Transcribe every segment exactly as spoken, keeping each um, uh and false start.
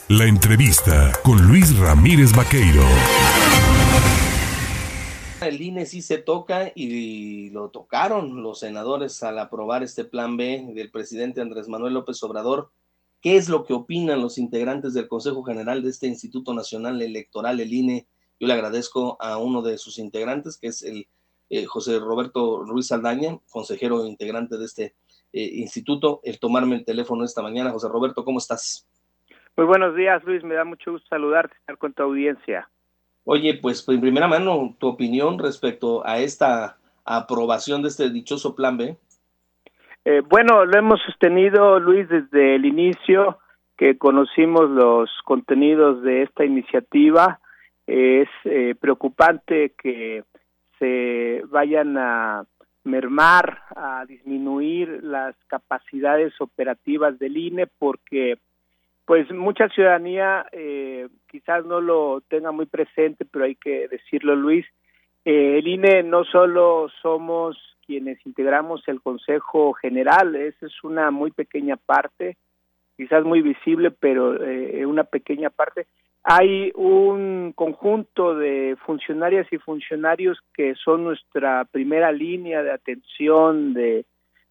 La entrevista con Luis Ramírez Vaqueiro. El I N E sí se toca y lo tocaron los senadores al aprobar este plan B del presidente Andrés Manuel López Obrador. ¿Qué es lo que opinan los integrantes del Consejo General de este Instituto Nacional Electoral, el I N E? Yo le agradezco a uno de sus integrantes, que es el eh, José Roberto Ruiz Saldaña, consejero integrante de este eh, instituto, el tomarme el teléfono esta mañana. José Roberto, ¿cómo estás? Muy buenos días, Luis, me da mucho gusto saludarte, estar con tu audiencia. Oye, pues en primera mano, tu opinión respecto a esta aprobación de este dichoso plan B. Eh, bueno, lo hemos sostenido, Luis, desde el inicio que conocimos los contenidos de esta iniciativa. Eh, es eh, preocupante que se vayan a mermar, a disminuir las capacidades operativas del I N E, porque pues mucha ciudadanía eh, quizás no lo tenga muy presente, pero hay que decirlo, Luis. Eh, el I N E no solo somos quienes integramos el Consejo General, esa es una muy pequeña parte, quizás muy visible, pero eh, una pequeña parte. Hay un conjunto de funcionarias y funcionarios que son nuestra primera línea de atención, de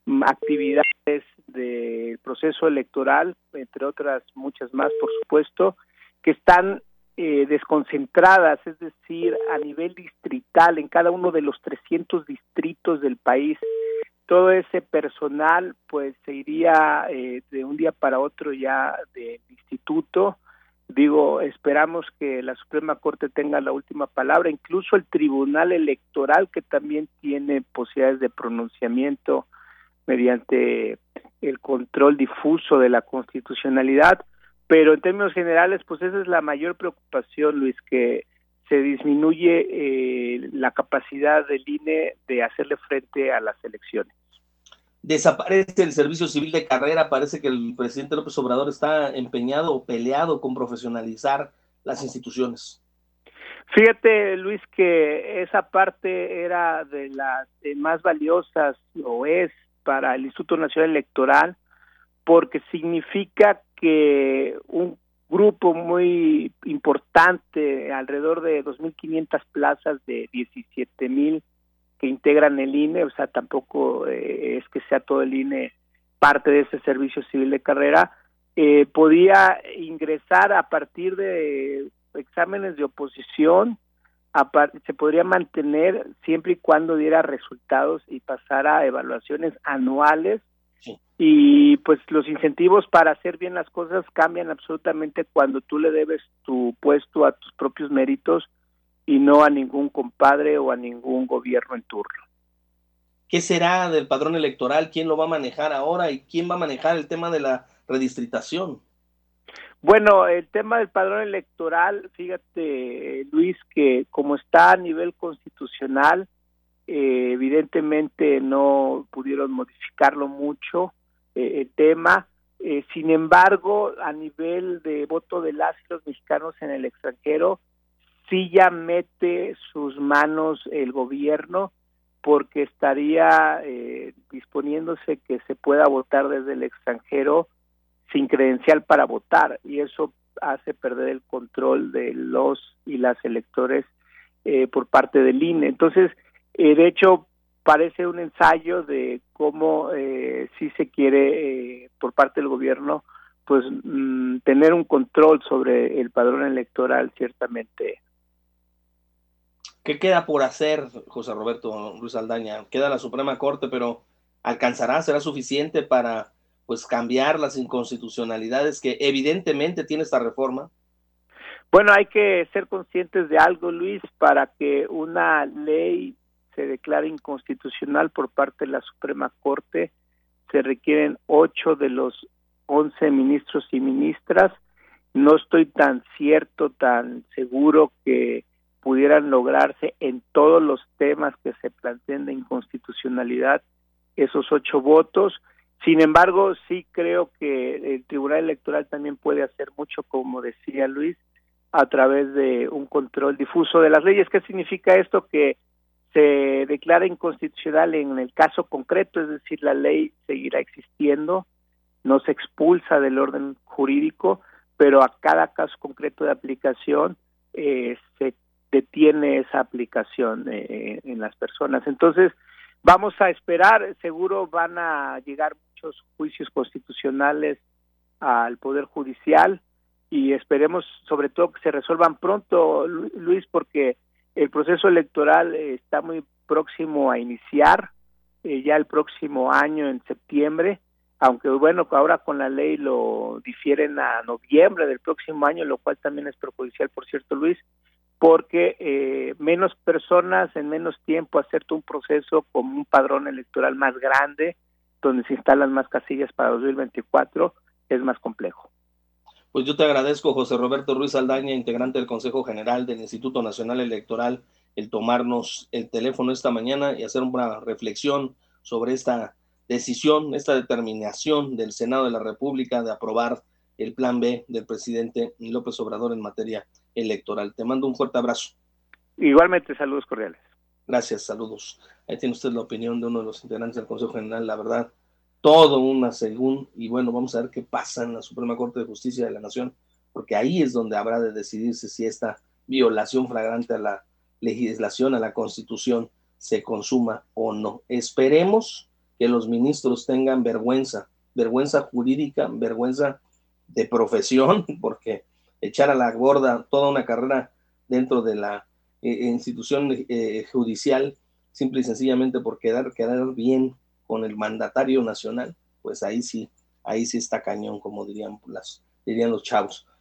actividades del proceso electoral, entre otras muchas más, por supuesto, que están eh, desconcentradas, es decir, a nivel distrital, en cada uno de los trescientos distritos del país. Todo ese personal pues se iría eh, de un día para otro ya del instituto. Digo, esperamos que la Suprema Corte tenga la última palabra, incluso el Tribunal Electoral, que también tiene posibilidades de pronunciamiento mediante el control difuso de la constitucionalidad, pero en términos generales, pues esa es la mayor preocupación, Luis, que se disminuye eh, la capacidad del I N E de hacerle frente a las elecciones. Desaparece el servicio civil de carrera. Parece que el presidente López Obrador está empeñado o peleado con profesionalizar las instituciones. Fíjate, Luis, que esa parte era de las eh, más valiosas, o es, para el Instituto Nacional Electoral, porque significa que un grupo muy importante, alrededor de dos mil quinientas plazas de diecisiete mil que integran el I N E, o sea, tampoco eh, es que sea todo el I N E parte de ese servicio civil de carrera, eh, podía ingresar a partir de exámenes de oposición, se podría mantener siempre y cuando diera resultados y pasara a evaluaciones anuales. Sí. Y pues los incentivos para hacer bien las cosas cambian absolutamente cuando tú le debes tu puesto a tus propios méritos y no a ningún compadre o a ningún gobierno en turno. ¿Qué será del padrón electoral? ¿Quién lo va a manejar ahora? ¿Y quién va a manejar el tema de la redistritación? Bueno, el tema del padrón electoral, fíjate, Luis, que como está a nivel constitucional, eh, evidentemente no pudieron modificarlo mucho eh, el tema. Eh, sin embargo, a nivel de voto de las y los mexicanos en el extranjero, sí ya mete sus manos el gobierno, porque estaría eh, disponiéndose que se pueda votar desde el extranjero sin credencial para votar, y eso hace perder el control de los y las electores eh, por parte del I N E. Entonces, eh, de hecho, parece un ensayo de cómo eh, sí se quiere, eh, por parte del gobierno, pues mmm, tener un control sobre el padrón electoral, ciertamente. ¿Qué queda por hacer, José Roberto Ruiz Saldaña? Queda la Suprema Corte, pero ¿alcanzará? ¿Será suficiente para pues cambiar las inconstitucionalidades que evidentemente tiene esta reforma? Bueno, hay que ser conscientes de algo, Luis. Para que una ley se declare inconstitucional por parte de la Suprema Corte, se requieren ocho de los once ministros y ministras. No estoy tan cierto, tan seguro que pudieran lograrse en todos los temas que se planteen de inconstitucionalidad esos ocho votos. Sin embargo, sí creo que el Tribunal Electoral también puede hacer mucho, como decía Luis, a través de un control difuso de las leyes. ¿Qué significa esto? Que se declara inconstitucional en el caso concreto, es decir, la ley seguirá existiendo, no se expulsa del orden jurídico, pero a cada caso concreto de aplicación eh, se detiene esa aplicación eh, en las personas. Entonces, vamos a esperar, seguro van a llegar muchos juicios constitucionales al Poder Judicial y esperemos sobre todo que se resuelvan pronto, Luis, porque el proceso electoral eh, está muy próximo a iniciar, eh, ya el próximo año en septiembre, aunque bueno, ahora con la ley lo difieren a noviembre del próximo año, lo cual también es perjudicial, por cierto, Luis, porque eh, menos personas en menos tiempo hacer un proceso con un padrón electoral más grande, donde se instalan más casillas para dos mil veinticuatro, es más complejo. Pues yo te agradezco, José Roberto Ruiz Aldaña, integrante del Consejo General del Instituto Nacional Electoral, el tomarnos el teléfono esta mañana y hacer una reflexión sobre esta decisión, esta determinación del Senado de la República de aprobar el plan B del presidente López Obrador en materia electoral. Te mando un fuerte abrazo. Igualmente, saludos cordiales. Gracias, saludos. Ahí tiene usted la opinión de uno de los integrantes del Consejo General, la verdad, todo una según, y bueno, vamos a ver qué pasa en la Suprema Corte de Justicia de la Nación, porque ahí es donde habrá de decidirse si esta violación flagrante a la legislación, a la Constitución, se consuma o no. Esperemos que los ministros tengan vergüenza, vergüenza jurídica, vergüenza de profesión, porque echar a la borda toda una carrera dentro de la eh, institución eh, judicial, simple y sencillamente por quedar, quedar bien con el mandatario nacional, pues ahí sí, ahí sí está cañón, como dirían, las, dirían los chavos.